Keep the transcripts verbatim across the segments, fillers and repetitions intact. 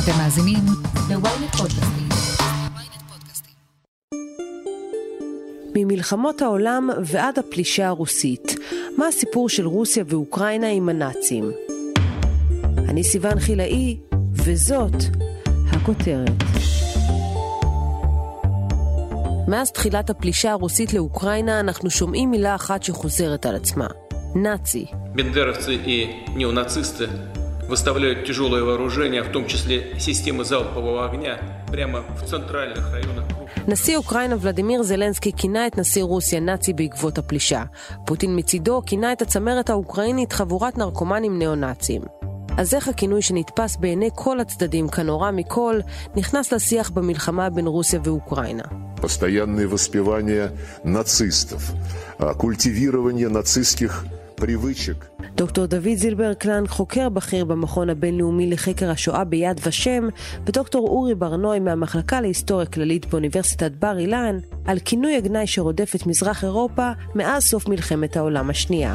אתם מאזינים ל-Ynet פודקאסטים. ממלחמות העולם ועד הפלישה הרוסית, מה הסיפור של רוסיה ואוקראינה עם הנאצים? אני סיוון חילאי, וזאת הכותרת. מאז תחילת הפלישה הרוסית לאוקראינה אנחנו שומעים מילה אחת שחוזרת על עצמה, נאצי. Бендеровцы и неонацисты выставляют тяжелое вооружение, в том числе системы залпового огня, прямо в центральных районах. נשיא אוקראינה ולדימיר זלנסקי כינה את נשיא רוסיה נאצי בעקבות הפלישה. פוטין מצידו כינה את הצמרת האוקראינית חבורת נרקומנים ניאו-נאצים. אז איך הכינוי שנתפס בעיני כל הצדדים כנורא מכל נכנס לשיח במלחמה בין רוסיה ואוקראינה? Постоянное воспевание нацистов, культивирование нацистских привычек. דוקטור דוד זילברקלן, חוקר בכיר במכון הבינלאומי לחקר השואה ביד ושם, ודוקטור אורי ברנוי מהמחלקה להיסטוריה כללית באוניברסיטת בר אילן, על כינוי הגנאי שרודף את מזרח אירופה מאז סוף מלחמת העולם השנייה.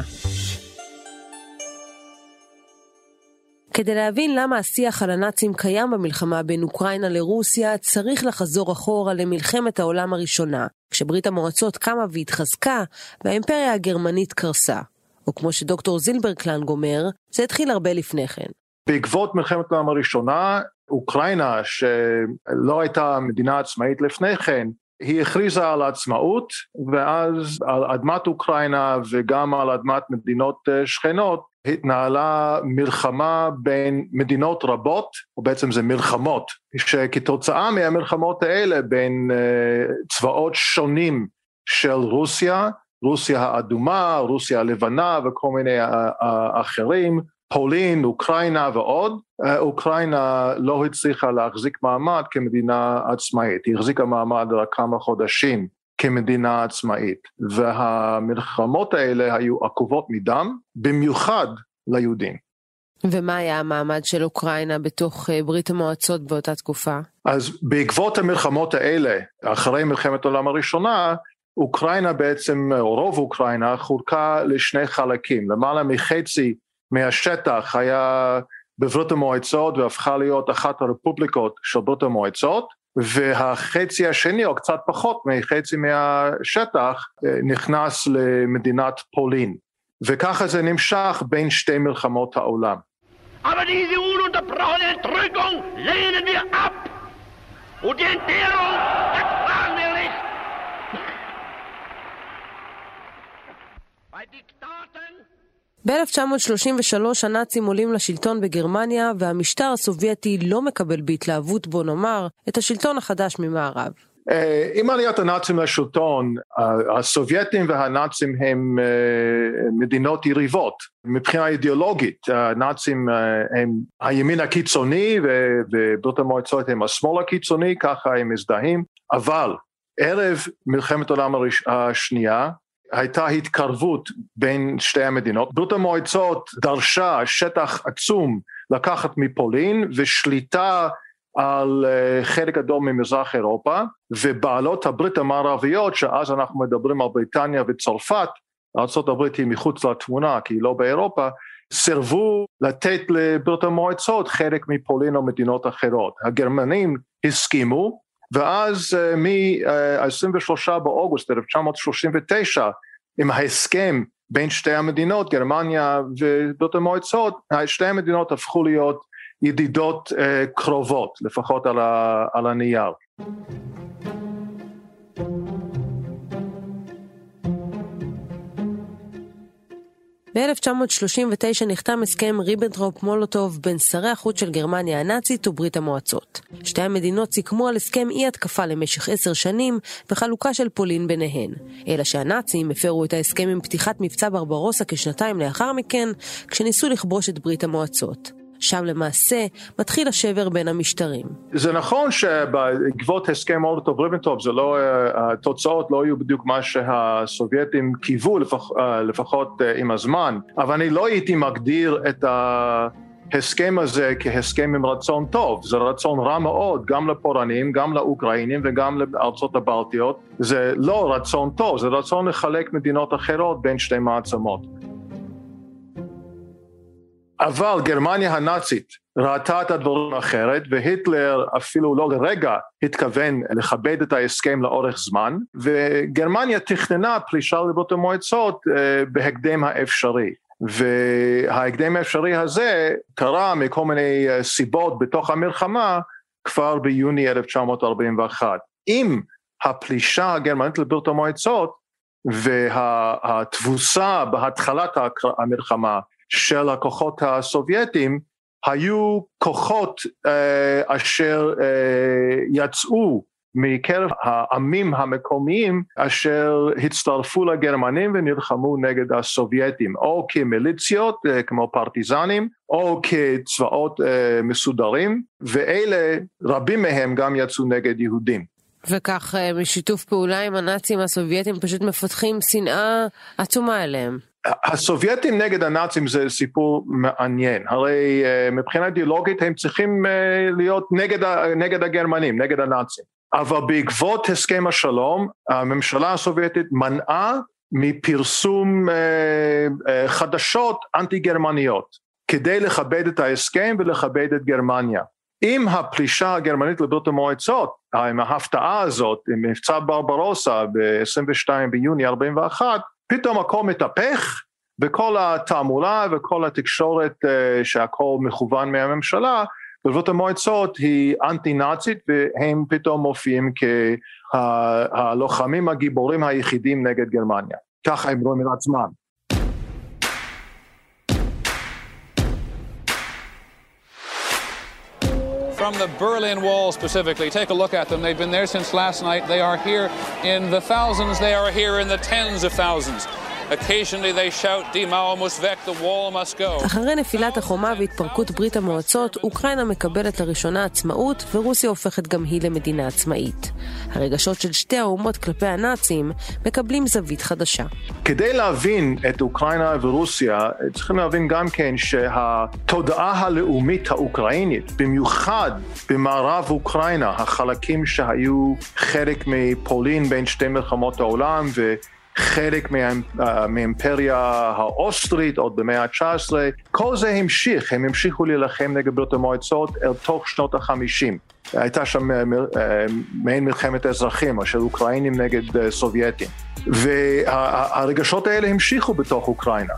כדי להבין למה השיח על הנאצים קיים במלחמה בין אוקראינה לרוסיה, צריך לחזור אחורה למלחמת העולם הראשונה, כשברית המועצות קמה והתחזקה, והאימפריה הגרמנית קרסה. או כמו שדוקטור זילברקלן גומר, זה התחיל הרבה לפני כן. בעקבות מלחמת העולם הראשונה, אוקראינה, שלא הייתה מדינה עצמאית לפני כן, היא הכריזה על עצמאות, ואז על אדמת אוקראינה וגם על אדמת מדינות שכנות, התנהלה מלחמה בין מדינות רבות, או בעצם זה מלחמות, שכתוצאה מהמלחמות האלה בין צבאות שונים של רוסיה, רוסיה האדומה, רוסיה הלבנה וכל מיני אחרים, פולין, אוקראינה ועוד, אוקראינה לא הצליחה להחזיק מעמד כמדינה עצמאית, היא החזיקה מעמד רק כמה חודשים כמדינה עצמאית, והמלחמות האלה היו עקובות מדם, במיוחד ליהודים. ומה היה המעמד של אוקראינה בתוך ברית המועצות באותה תקופה? אז בעקבות המלחמות האלה, אחרי מלחמת העולם הראשונה, אוקראינה בעצם, או רוב אוקראינה, חולקה לשני חלקים, למעלה מחצי מהשטח היה בברית המועצות והפכה להיות אחת הרפובליקות של ברית המועצות, והחצי השני, או קצת פחות מחצי מהשטח, נכנס למדינת פולין, וככה זה נמשך בין שתי מלחמות העולם. Aber diese ununterbrochene Entrückung lehnen wir ab und die Entbehrung ertragen wir nicht. ב-אלף תשע מאות שלושים ושלוש הנאצים עולים לשלטון בגרמניה, והמשטר הסובייטי לא מקבל בהתלהבות, בו נאמר, את השלטון החדש ממערב. עם עליית הנאצים לשלטון, הסובייטים והנאצים הם מדינות יריבות. מבחינה אידיאולוגית, הנאצים הם הימין הקיצוני, וברית המועצות הם השמאל הקיצוני, ככה הם מזדהים, אבל ערב מלחמת העולם השנייה, הייתה התקרבות בין שתי המדינות. ברית המועצות דרשה שטח עצום לקחת מפולין ושליטה על חלק גדול ממזרח אירופה, ובעלות הברית המערביות, שאז אנחנו מדברים על בריטניה וצרפת, ארצות הברית היא מחוץ לתמונה כי היא לא באירופה, סירבו לתת לברית המועצות חלק מפולין או מדינות אחרות. הגרמנים הסכימו, ואז מ-עשרים ושלושה באוגוסט אלף תשע מאות שלושים ותשע, עם ההסכם בין שתי המדינות, גרמניה וברית המועצות, שתי המדינות הפכו להיות ידידות קרובות, לפחות על, ה, על הנייר. ב-אלף תשע מאות שלושים ותשע נחתם הסכם ריבנטרופ-מולוטוב בין שרי החוץ של גרמניה הנאצית וברית המועצות. שתי המדינות סיכמו על הסכם אי התקפה למשך עשר שנים וחלוקה של פולין ביניהן. אלא שהנאצים הפרו את ההסכם עם פתיחת מבצע ברברוסה כשנתיים לאחר מכן, כשניסו לכבוש את ברית המועצות. שם למעשה מתחיל השבר בין המשטרים. זה נכון שבעקבות הסכם מולוטוב-ריבנטרופ זה לא, התוצאות לא היו בדיוק מה שהסובייטים קיוו לפח, לפחות עם הזמן, אבל אני לא הייתי מגדיר את ההסכם הזה כהסכם עם רצון טוב, זה רצון רע מאוד, גם לפולנים, גם לאוקראינים וגם לארצות הבלטיות, זה לא רצון טוב, זה רצון לחלק מדינות אחרות בין שתי מעצמות. אבל גרמניה הנאצית ראתה את הדברים אחרת, והיטלר אפילו לא לרגע התכוון לכבד את ההסכם לאורך זמן, וגרמניה תכננה פלישה לברית המועצות בהקדם האפשרי. וההקדם האפשרי הזה קרה מכל מיני סיבות בתוך המלחמה כבר ביוני אלף תשע מאות ארבעים ואחת. אם הפלישה הגרמנית לברית המועצות והתבוסה בהתחלת המלחמה של הכוחות הסובייטיים היו כוחות אשר יצאו מקרב העמים המקומיים אשר הצטרפו לגרמנים ונלחמו נגד הסובייטים, או כמיליציות כמו פרטיזנים, או כצבאות מסודרים, ואלה רבים מהם גם יצאו נגד יהודים. וכך משיתוף פעולה עם הנאצים הסובייטים פשוט מפתחים שנאה עצומה אליהם. הסובייטים נגד הנאצים זה סיפור מעניין, הרי מבחינה אידיאולוגית הם צריכים להיות נגד, נגד הגרמנים, נגד הנאצים. אבל בעקבות הסכם השלום, הממשלה הסובייטית מנעה מפרסום חדשות אנטי-גרמניות, כדי לכבד את ההסכם ולכבד את גרמניה. עם הפלישה הגרמנית לברית המועצות, עם ההפתעה הזאת, עם מבצע ברברוסה ב-עשרים ושניים ביוני ארבעים ואחת, פתאום הכל מתהפך, וכל התעמולה וכל התקשורת שהכל מכוון מהממשלה, ברית המועצות היא אנטי-נאצית, והם פתאום מופיעים כהלוחמים הגיבורים היחידים נגד גרמניה. ככה הם רואים את עצמם. From the Berlin Wall specifically, take a look at them. They've been there since last night. They are here in the thousands. They are here in the tens of thousands. Occasionally they shout, Die Mauer muss weg, the wall must go. אחרי נפילת החומה והתפרקות ברית המועצות, אוקראינה מקבלת לראשונה עצמאות, ורוסיה הופכת גם היא למדינה עצמאית. הרגשות של שתי האומות כלפי הנאצים מקבלים זווית חדשה. כדי להבין את אוקראינה ורוסיה, צריכים להבין גם כן שהתודעה הלאומית האוקראינית, במיוחד במערב אוקראינה, החלקים שהיו חלק מפולין בין שתי מלחמות העולם ו... חלק מהאימפריה האוסטרית עוד במאה ה-תשע עשרה, כל זה המשיך, הם המשיכו להילחם נגד ברית המועצות אל תוך שנות החמישים. הייתה שם מעין מלחמת אזרחים, של אוקראינים נגד סובייטים. והרגשות האלה המשיכו בתוך אוקראינה.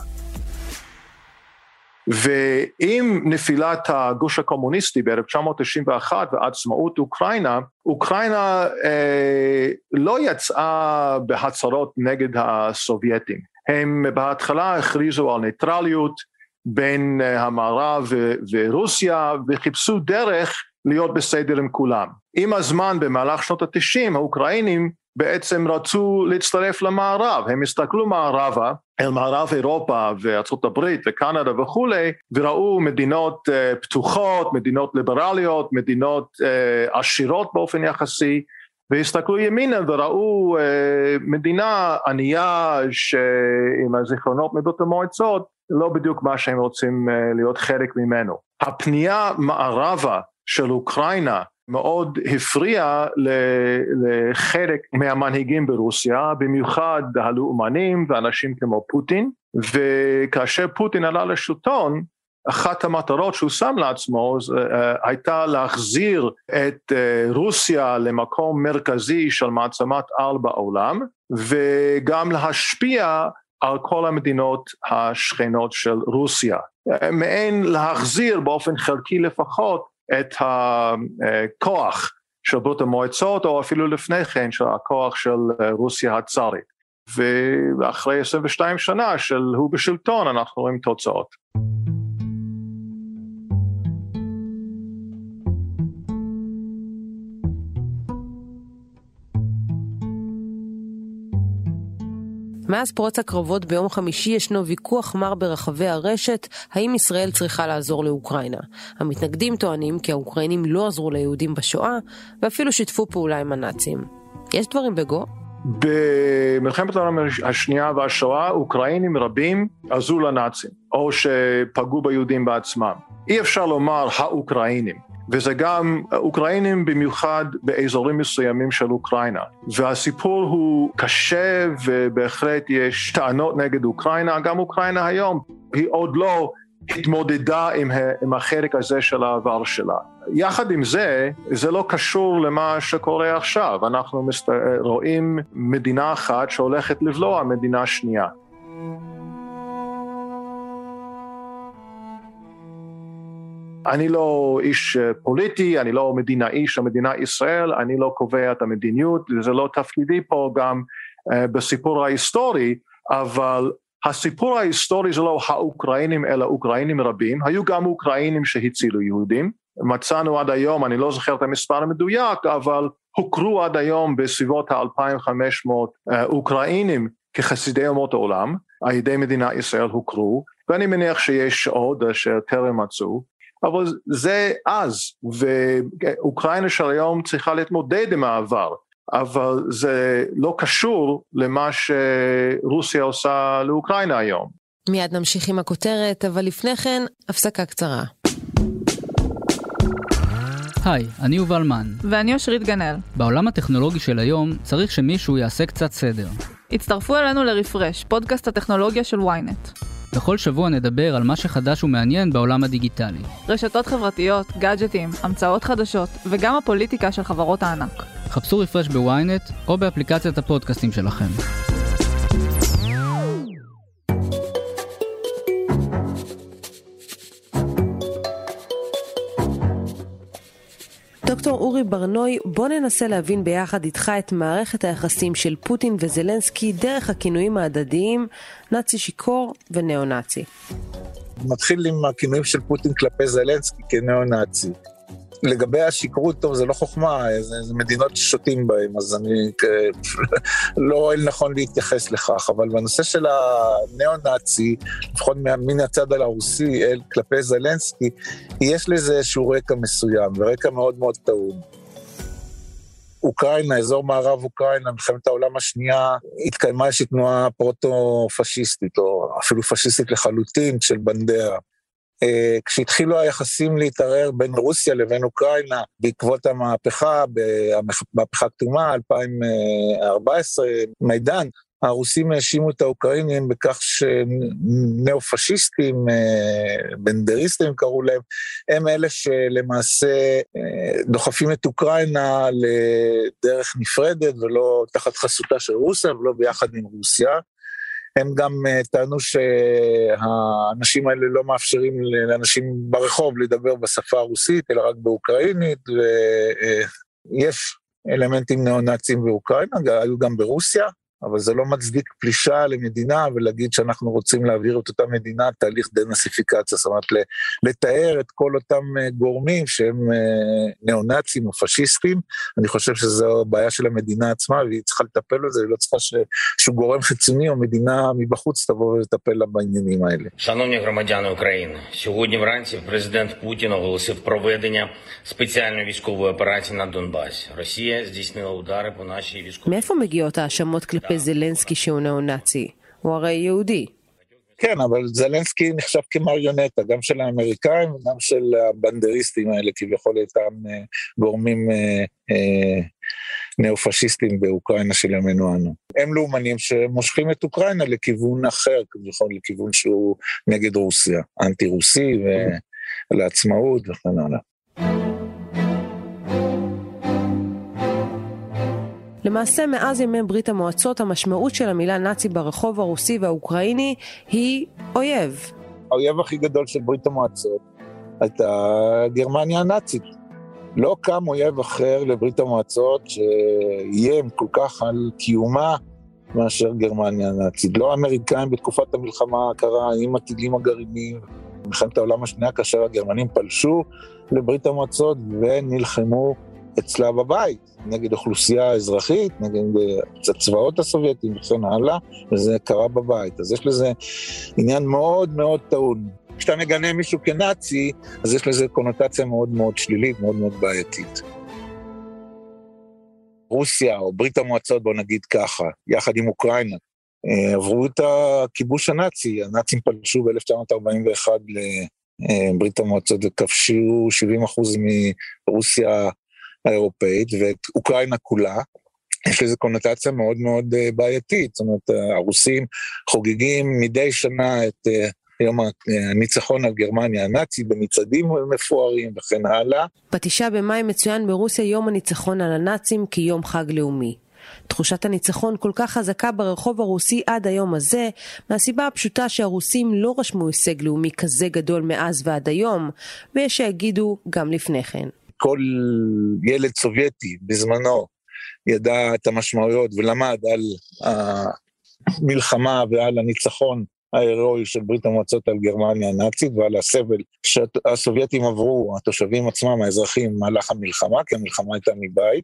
ועם נפילת הגוש הקומוניסטי ב-אלף תשע מאות תשעים ואחת ועצמאות אוקראינה, אוקראינה אה, לא יצאה בהצהרות נגד הסובייטים. הם בהתחלה הכריזו על ניטרליות בין המערב ו- ורוסיה, וחיפשו דרך להיות בסדר עם כולם. עם הזמן, במהלך שנות ה-תשעים, האוקראינים בעצם רצו להצטרף למערב, הם הסתכלו מערבה, אל מערב אירופה וארצות הברית וקנדה וכולי, וראו מדינות uh, פתוחות, מדינות ליברליות, מדינות uh, עשירות באופן יחסי, והסתכלו ימינה וראו uh, מדינה ענייה שעם הזיכרונות מברית המועצות, לא בדיוק מה שהם רוצים uh, להיות חלק ממנו. הפנייה מערבה של אוקראינה, מאוד הפריע לחלק מהמנהיגים ברוסיה, במיוחד הלאומנים ואנשים כמו פוטין, וכאשר פוטין עלה לשלטון, אחת המטרות שהוא שם לעצמו הייתה להחזיר את רוסיה למקום מרכזי של מעצמת על בעולם, וגם להשפיע על כל המדינות השכנות של רוסיה. מעין להחזיר באופן חלקי לפחות, את הכוח של ברית המועצות, או אפילו לפני כן של הכוח של רוסיה הצארית. ואחרי עשרים ושתיים שנה של הוא בשלטון, אנחנו רואים תוצאות. מאז פרוץ הקרבות ביום חמישי ישנו ויכוח מר ברחבי הרשת, האם ישראל צריכה לעזור לאוקראינה. המתנגדים טוענים כי האוקראינים לא עזרו ליהודים בשואה, ואפילו שיתפו פעולה עם הנאצים. יש דברים בגו? במלחמת העולם השנייה והשואה, אוקראינים רבים עזרו לנאצים, או שפגעו ביהודים בעצמם. אי אפשר לומר האוקראינים. וזה גם אוקראינים במיוחד באזורים מסוימים של אוקראינה. והסיפור הוא קשה ובהחלט יש טענות נגד אוקראינה, גם אוקראינה היום היא עוד לא התמודדה עם, עם החלק הזה של העבר שלה. יחד עם זה, זה לא קשור למה שקורה עכשיו. אנחנו מסת... רואים מדינה אחת שהולכת לבלוע מדינה שנייה. אני לא איש פוליטי, אני לא מדינאי של מדינת ישראל, אני לא קובע את המדיניות, זה לא תפקידי פה גם uh, בסיפור ההיסטורי, אבל הסיפור ההיסטורי זה לא האוקראינים, אלא אוקראינים רבים, היו גם אוקראינים שהצילו יהודים, מצאנו עד היום, אני לא זוכר את המספר המדויק, אבל הוכרו עד היום בסביבות ה-אלפיים וחמש מאות uh, אוקראינים כחסידי אומות העולם, על ידי מדינת ישראל הוכרו, ואני מניח שיש עוד שטרם מצאו, אבל זה אז, ואוקראינה של היום צריכה להתמודד עם העבר, אבל זה לא קשור למה שרוסיה עושה לאוקראינה היום. מיד נמשיך עם הכותרת, אבל לפני כן, הפסקה קצרה. היי, אני יובל מן. ואני אושרית גנאל. בעולם הטכנולוגי של היום צריך שמישהו יעשה קצת סדר. הצטרפו אלינו לרפרש, פודקאסט הטכנולוגיה של וויינט. בכל שבוע נדבר על מה שחדש ומעניין בעולם הדיגיטלי. רשתות חברתיות, גאדג'טים, המצאות חדשות וגם הפוליטיקה של חברות הענק. חפשו רפרש בוויינט או באפליקציית הפודקאסטים שלכם. דוקטור אורי ברנוי, בוא ננסה להבין ביחד איתך את מערכת היחסים של פוטין וזלנסקי דרך הכינויים ההדדיים, נאצי שיקור ונאו-נאצי. מתחיל עם הכינויים של פוטין כלפי זלנסקי כנאו-נאצי. לגבי השיקרות, טוב, זה לא חוכמה, זה, זה מדינות ששותים בהם, אז אני לא רואה נכון להתייחס לכך, אבל בנושא של הנאו-נאצי, לפחות מן הצד הרוסי כלפי זלנסקי, יש לזה איזשהו רקע מסוים, ורקע מאוד מאוד טעון. אוקראינה, אזור מערב אוקראינה, מלחמת העולם השנייה, התקיימה איזושהי תנועה פרוטו-פשיסטית, או אפילו פשיסטית לחלוטין של בנדרה. כשהתחילו היחסים להתערער בין רוסיה לבין אוקראינה בעקבות המהפכה, במהפכה כתומה, אלפיים וארבע עשרה, מיידן, הרוסים האשימו את האוקראינים בכך שנאו-פשיסטים, בנדריסטים קראו להם, הם אלה שלמעשה דוחפים את אוקראינה לדרך נפרדת ולא תחת חסותה של רוסיה ולא ביחד עם רוסיה. הם גם טענו שהאנשים האלה לא מאפשרים לאנשים ברחוב לדבר בשפה הרוסית, אלא רק באוקראינית, ויש אלמנטים נאו-נאצים באוקראינה, היו גם ברוסיה, אבל זה לא מצדיק פלישה למדינה, ולהגיד שאנחנו רוצים להעביר את אותה מדינה, תהליך דנאסיפיקציה, זאת אומרת, לתאר את כל אותם גורמים שהם נאו-נאצים או פשיסטים, אני חושב שזו בעיה של המדינה עצמה, והיא צריכה לטפל בזה, היא לא צריכה שהוא גורם חיצוני או מדינה מבחוץ תבוא ולטפל לה בעניינים האלה. Шановні громадяни України, сьогодні вранці президент Путін оголосив проведення спеціальної військової операції на Донбасі. Росія здійснила удари по нашій військовій... מאיפה מגיעות האשמות כלפי זלנסקי שהוא נאו-נאצי? הוא הרי יהודי. כן, אבל זלנסקי נחשב כמריונטה, גם של האמריקאים וגם של הבנדריסטים האלה, כביכול איתם גורמים נאו-פשיסטים באוקראינה של ימינו אנו. הם לאומנים שמושכים את אוקראינה לכיוון אחר, כביכול לכיוון שהוא נגד רוסיה, אנטי-רוסי ולעצמאות וכן הלאה. למעשה, מאז ימי ברית המועצות, המשמעות של המילה נאצי ברחוב הרוסי והאוקראיני היא אויב. האויב הכי גדול של ברית המועצות הייתה גרמניה הנאצית. לא קם אויב אחר לברית המועצות שאיים כל כך על קיומה מאשר גרמניה הנאצית. לא האמריקאים בתקופת המלחמה הקרה עם הטילים הגרעיניים, מלחמת העולם השנייה כאשר הגרמנים פלשו לברית המועצות ונלחמו אצלה בבית, נגד אוכלוסייה אזרחית, נגד הצבאות הסובייטיים וכן הלאה, וזה קרה בבית. אז יש לזה עניין מאוד מאוד טעון. כשאתה מגנה מישהו כנאצי, אז יש לזה קונוטציה מאוד מאוד שלילית, מאוד מאוד בעייתית. רוסיה או ברית המועצות, בוא נגיד ככה, יחד עם אוקראינה, עברו את הכיבוש הנאצי. הנאצים פלשו ב-אלף תשע מאות ארבעים ואחת לברית המועצות וכבשו שבעים אחוז מרוסיה האירופאית ואת אוקראינה כולה. יש לזה קונוטציה מאוד מאוד בעייתית, זאת אומרת, הרוסים חוגגים מדי שנה את יום הניצחון על גרמניה הנאצית במצעדים מפוארים וכן הלאה. בתשעה במאי מצוין ברוסיה יום הניצחון על הנאצים כיום חג לאומי. תחושת הניצחון כל כך חזקה ברחוב הרוסי עד היום הזה, מהסיבה הפשוטה שהרוסים לא רשמו הישג לאומי כזה גדול מאז ועד היום, ויש שיגידו גם לפני כן. כל ילד סובייטי בזמנו ידע את המשמעויות ולמד על המלחמה ועל הניצחון ההירואי של ברית המועצות על גרמניה הנאצית ועל הסבל שהסובייטים עברו, התושבים עצמם, האזרחים, מהלך המלחמה, כי המלחמה הייתה מבית.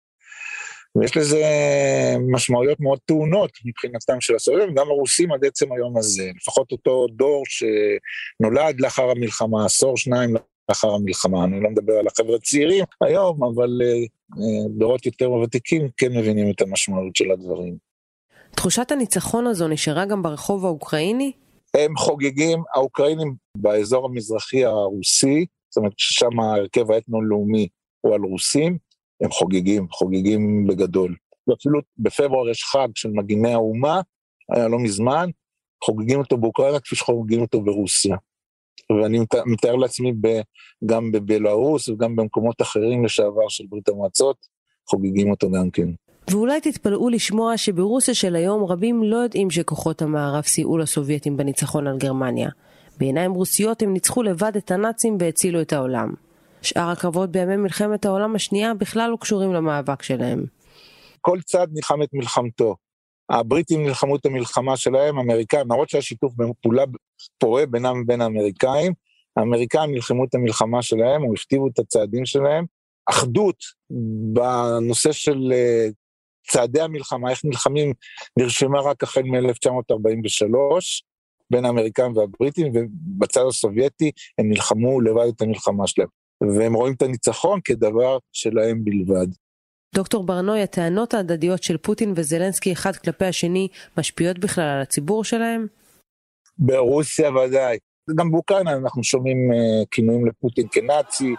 ויש לזה משמעויות מאוד טעונות מבחינתם של הסובייטים, גם הרוסים עד עצם היום הזה, לפחות אותו דור שנולד לאחר המלחמה, עשור שניים לאחר המלחמה, אני לא מדבר על החבר'ה צעירים היום, אבל דורות יותר ותיקים כן מבינים את המשמעות של הדברים. תחושת הניצחון הזו נשארה גם ברחוב האוקראיני? הם חוגגים, האוקראינים באזור המזרחי הרוסי, זאת אומרת ששם ההרכב האתנו-לאומי הוא על רוסים, הם חוגגים, חוגגים בגדול. ואפילו בפברואר יש חג של מגיני האומה, היה לא מזמן, חוגגים אותו באוקראינה כפי שחוגגים אותו ברוסיה. ואני מתאר לעצמי גם בבלארוס וגם במקומות אחרים לשעבר של ברית המועצות, חוגגים אותו גם כן. ואולי תתפלאו לשמוע שברוסיה של היום רבים לא יודעים שכוחות המערב סייעו לסובייטים בניצחון על גרמניה. בעיניים רוסיות הם ניצחו לבד את הנאצים והצילו את העולם. שאר הקרבות בימי מלחמת העולם השנייה בכלל לא קשורים למאבק שלהם. כל צד נלחם את מלחמתו. הבריטים נלחמו את המלחמה שלהם, האמריקאים, למרות שהשיתוף פעולה פורה בינם ובין האמריקאים, האמריקאים נלחמו את המלחמה שלהם, או הכתיבו את הצעדים שלהם. אחדות בנושא של צעדי המלחמה, איך נלחמים, נרשמה רק החל מ-אלף תשע מאות ארבעים ושלוש, בין האמריקאים והבריטים, ובצד הסובייטי הם נלחמו לבד את המלחמה שלהם. והם רואים את הניצחון כדבר שלהם בלבד. דוקטור ברנוי, הטענות ההדדיות של פוטין וזלנסקי אחד כלפי השני משפיעות בכלל על הציבור שלהם? ברוסיה ודאי. גם באוקראינה אנחנו שומעים uh, כינויים לפוטין כנאצי.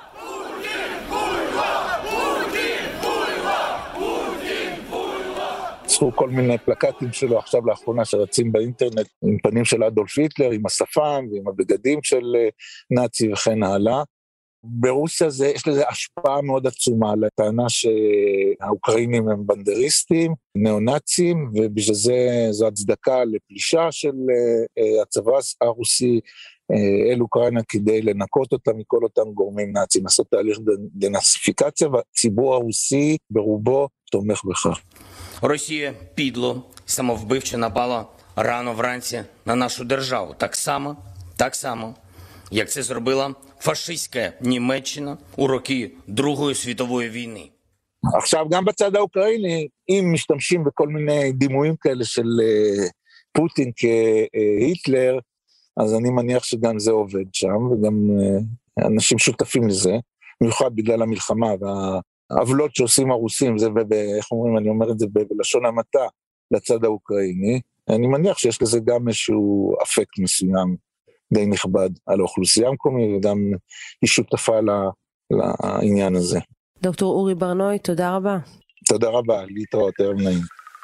צרו כל מיני פלקטים שלו עכשיו לאחרונה שרצים באינטרנט עם פנים של אדולף היטלר, עם השפם ועם הבגדים של uh, נאצי וכן הלאה. ברוסיה זה, יש לזה השפעה מאוד עצומה על הטענה שהאוקראינים הם בנדריסטים, ניאו-נאצים, ובשביל זה זו הצדקה לפלישה של uh, הצבא הרוסי uh, אל אוקראינה כדי לנקות אותם מכל אותם גורמים נאצים, לעשות תהליך דנאציפיקציה, והציבור הרוסי ברובו תומך בכך. Росія підло, самовбивче напала рано вранці на нашу державу. Так само, так само, як це зробила фашистська Німеччина у роки Другої світової війни. עכשיו גם בצד האוקראיני, אם משתמשים בכל מיני דימויים כאלה של פוטין כהיטלר, אז אני מניח שגם זה עובד שם, וגם אנשים שותפים לזה, במיוחד בגלל המלחמה והעוולות שעושים הרוסים, זה איך אומרים, אני אומר את זה בלשון המעטה לצד האוקראיני, אני מניח שיש לזה גם איזשהו אפקט מסוים די נכבד על האוכלוסייה המקומית, וגם היא שותפה לעניין הזה. דוקטור אורי ברנוי, תודה רבה. תודה רבה, להתראות, ערב נעים.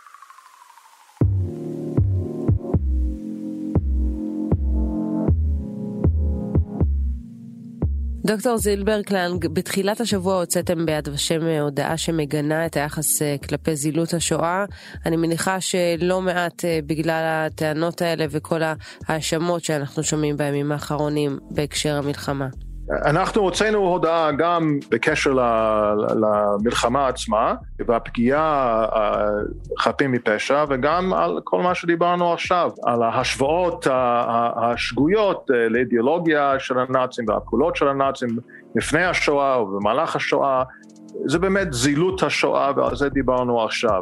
דוקטור זילברקלנג, בתחילת השבוע הוצאתם ביד ושם הודעה שמגנה את היחס כלפי זילות השואה. אני מניחה שלא מעט בגלל הטענות האלה וכל האשמות שאנחנו שומעים בימים האחרונים בהקשר המלחמה. אנחנו הוצאנו הודעה גם בקשר למלחמה עצמה, והפגיעה חפים מפשע, וגם על כל מה שדיברנו עכשיו, על ההשוואות השגויות לאידיאולוגיה של הנאצים והפעולות של הנאצים לפני השואה ובמהלך השואה. זה באמת זילות השואה, ועל זה דיברנו עכשיו.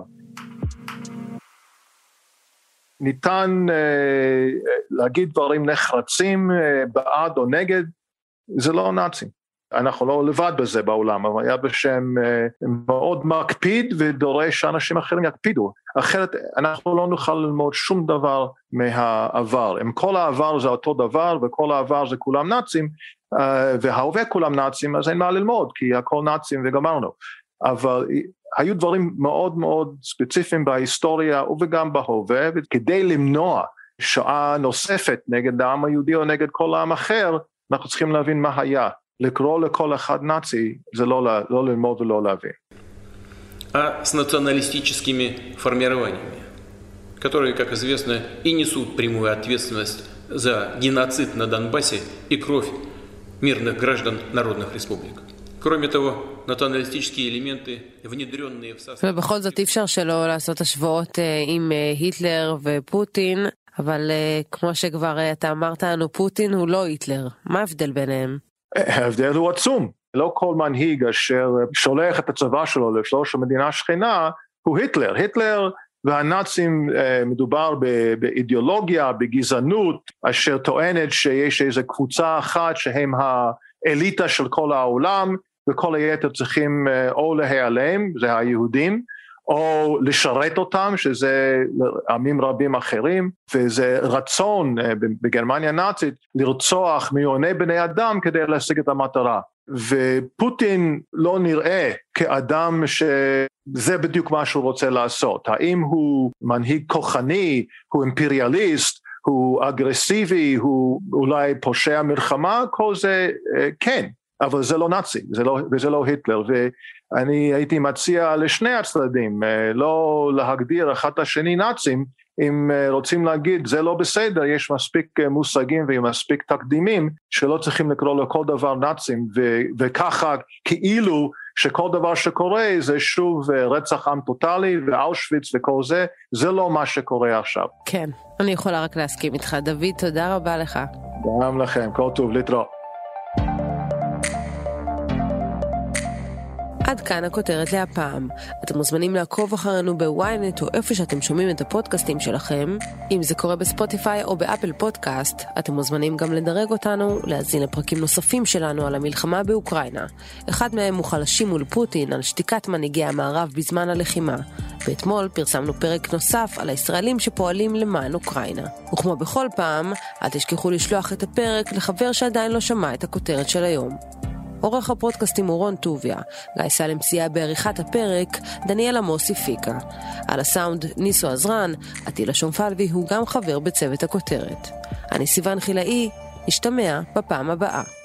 ניתן להגיד דברים נחרצים בעד או נגד, זה לא נאצים. אנחנו לא לבד בזה בעולם, אבל היה בשם מאוד מקפיד ודורש שאנשים אחרים יקפידו. אחרת אנחנו לא נוכל ללמוד שום דבר מהעבר. אם כל העבר זה אותו דבר וכל העבר זה כולם נאצים, וההווה כולם נאצים, אז אין מה ללמוד, כי הכל נאצים וגמרנו. אבל היו דברים מאוד מאוד ספציפיים בהיסטוריה וגם בהווה, וכדי למנוע שואה נוספת נגד העם היהודי או נגד כל עם אחר, אנחנו צריכים להבין מה היה. לקרוא לכל אחד נאצי זה לא, לא ללמוד ולא להבין. А с националистическими формированиями, которые, как известно, и несут прямую ответственность за геноцид на Донбассе и кровь мирных граждан народных республик. Кроме того, националистические элементы, внедренные в состав... ובכל זאת אי אפשר שלא לעשות השוואות עם היטלר ופוטין, אבל כמו שכבר אתה אמרת לנו, פוטין הוא לא היטלר. מה ההבדל ביניהם? ההבדל הוא עצום. לא כל מנהיג אשר שולח את הצבא שלו לשלוש המדינה השכנה הוא היטלר. היטלר והנאצים מדובר באידיאולוגיה, בגזענות, אשר טוענת שיש איזו קבוצה אחת שהם האליטה של כל העולם, וכל היתר צריכים או להיעלם, זה היהודים, או לשרת אותם, שזה עמים רבים אחרים, וזה רצון בגרמניה הנאצית לרצוח מיליוני בני אדם כדי להשיג את המטרה. ופוטין לא נראה כאדם שזה בדיוק מה שהוא רוצה לעשות. האם הוא מנהיג כוחני, הוא אימפריאליסט, הוא אגרסיבי, הוא אולי פושע מלחמה, כל זה כן, אבל זה לא נאצי, זה לא, וזה לא היטלר, ואני הייתי מציע לשני הצדדים, לא להגדיר אחד השני נאצים, אם רוצים להגיד זה לא בסדר, יש מספיק מושגים ומספיק תקדימים שלא צריכים לקרוא לכל דבר נאצים, ו- וככה כאילו שכל דבר שקורה זה שוב רצח עם טוטלי ואושוויץ וכל זה, זה לא מה שקורה עכשיו. כן, אני יכולה רק להסכים איתך. דוד, תודה רבה לך. גם לכם, כל טוב, להתראות. עד כאן הכותרת להפעם. אתם מוזמנים לעקוב אחרינו בוויינט או איפה שאתם שומעים את הפודקאסטים שלכם. אם זה קורה בספוטיפיי או באפל פודקאסט, אתם מוזמנים גם לדרג אותנו, להזין לפרקים נוספים שלנו על המלחמה באוקראינה. אחד מהם הוא חלשים מול פוטין על שתיקת מנהיגי המערב בזמן הלחימה. ואתמול פרסמנו פרק נוסף על הישראלים שפועלים למען אוקראינה. וכמו בכל פעם, אל תשכחו לשלוח את הפרק לחבר שעדיין לא שמע את הכותרת של היום. עורך הפודקאסטים הוא רון טוביה, גיא סלם סייע בעריכת הפרק, דניאל עמוס הפיקה. על הסאונד ניסו עזרן, עטילה שומפלבי הוא גם חבר בצוות הכותרת. אני סיוון חילאי, נשתמע בפעם הבאה.